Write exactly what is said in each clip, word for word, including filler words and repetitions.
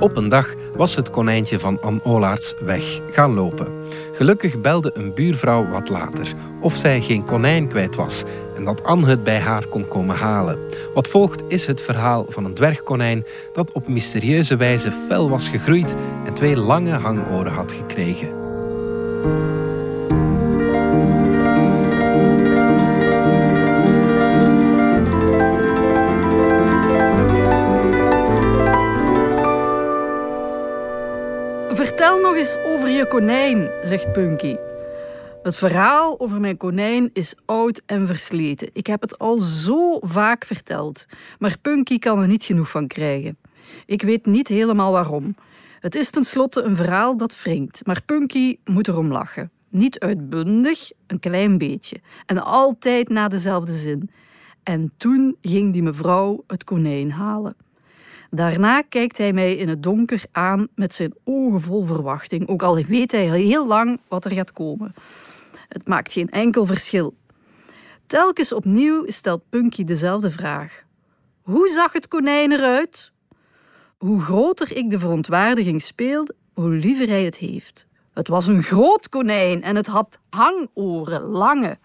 Op een dag was het konijntje van Anne Olaerts weg gaan lopen. Gelukkig belde een buurvrouw wat later of zij geen konijn kwijt was en dat Anne het bij haar kon komen halen. Wat volgt is het verhaal van een dwergkonijn dat op mysterieuze wijze fel was gegroeid en twee lange hangoren had gekregen. Vertel nog eens over je konijn, zegt Punky. Het verhaal over mijn konijn is oud en versleten. Ik heb het al zo vaak verteld, maar Punky kan er niet genoeg van krijgen. Ik weet niet helemaal waarom. Het is tenslotte een verhaal dat wringt, maar Punky moet erom lachen. Niet uitbundig, een klein beetje. En altijd na dezelfde zin. En toen ging die mevrouw het konijn halen. Daarna kijkt hij mij in het donker aan met zijn ogen vol verwachting, ook al weet hij heel lang wat er gaat komen. Het maakt geen enkel verschil. Telkens opnieuw stelt Punky dezelfde vraag. Hoe zag het konijn eruit? Hoe groter ik de verontwaardiging speelde, hoe liever hij het heeft. Het was een groot konijn en het had hangoren, lange.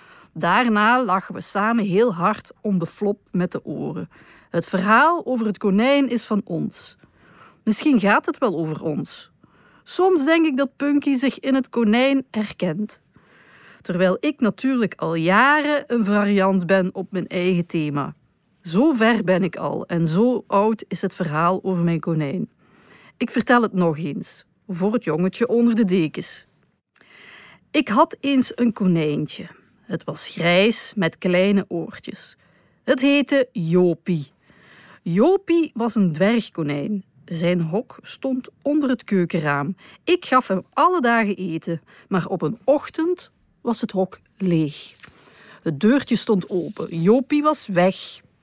Daarna lachen we samen heel hard om de flop met de oren. Het verhaal over het konijn is van ons. Misschien gaat het wel over ons. Soms denk ik dat Punky zich in het konijn herkent. Terwijl ik natuurlijk al jaren een variant ben op mijn eigen thema. Zo ver ben ik al en zo oud is het verhaal over mijn konijn. Ik vertel het nog eens, voor het jongetje onder de dekens. Ik had eens een konijntje. Het was grijs met kleine oortjes. Het heette Jopie. Jopie was een dwergkonijn. Zijn hok stond onder het keukenraam. Ik gaf hem alle dagen eten, maar op een ochtend was het hok leeg. Het deurtje stond open. Jopie was weg.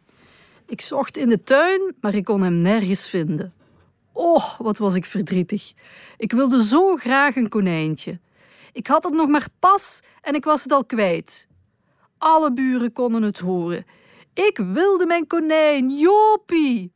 Ik zocht in de tuin, maar ik kon hem nergens vinden. Oh, wat was ik verdrietig. Ik wilde zo graag een konijntje. Ik had het nog maar pas en ik was het al kwijt. Alle buren konden het horen. Ik wilde mijn konijn, Jopie.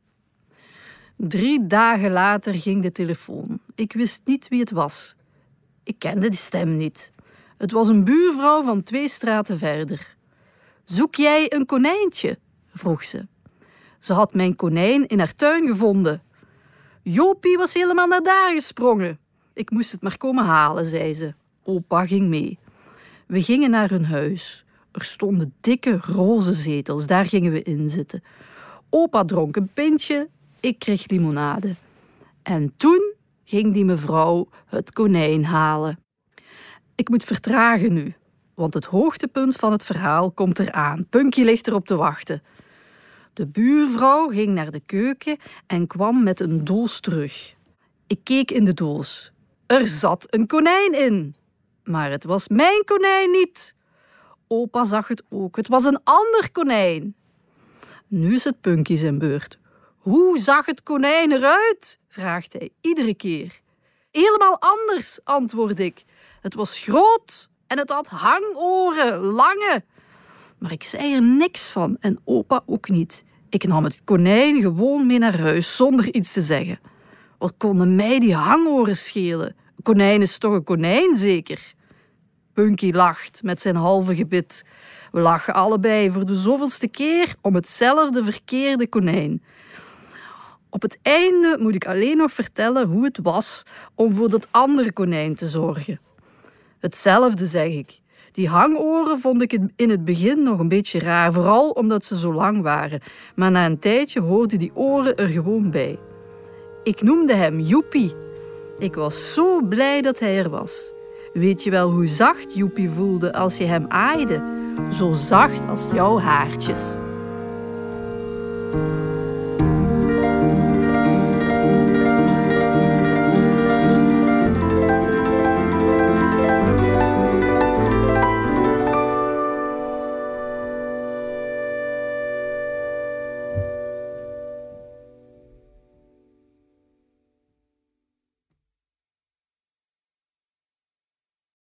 Drie dagen later ging de telefoon. Ik wist niet wie het was. Ik kende de stem niet. Het was een buurvrouw van twee straten verder. Zoek jij een konijntje? Vroeg ze. Ze had mijn konijn in haar tuin gevonden. Jopie was helemaal naar daar gesprongen. Ik moest het maar komen halen, zei ze. Opa ging mee. We gingen naar hun huis. Er stonden dikke roze zetels, daar gingen we in zitten. Opa dronk een pintje, ik kreeg limonade. En toen ging die mevrouw het konijn halen. Ik moet vertragen nu, want het hoogtepunt van het verhaal komt eraan. Punky ligt erop te wachten. De buurvrouw ging naar de keuken en kwam met een doos terug. Ik keek in de doos. Er zat een konijn in. Maar het was mijn konijn niet. Opa zag het ook. Het was een ander konijn. Nu is het Punky zijn beurt. Hoe zag het konijn eruit? Vraagt hij iedere keer. Helemaal anders, antwoord ik. Het was groot en het had hangoren, lange. Maar ik zei er niks van en opa ook niet. Ik nam het konijn gewoon mee naar huis zonder iets te zeggen. Wat konden mij die hangoren schelen? Een konijn is toch een konijn, zeker? Punky lacht met zijn halve gebit. We lachen allebei voor de zoveelste keer om hetzelfde verkeerde konijn. Op het einde moet ik alleen nog vertellen hoe het was om voor dat andere konijn te zorgen. Hetzelfde, zeg ik. Die hangoren vond ik in het begin nog een beetje raar, vooral omdat ze zo lang waren. Maar na een tijdje hoorden die oren er gewoon bij. Ik noemde hem Joepie. Ik was zo blij dat hij er was. Weet je wel hoe zacht Joepie voelde als je hem aaide? Zo zacht als jouw haartjes.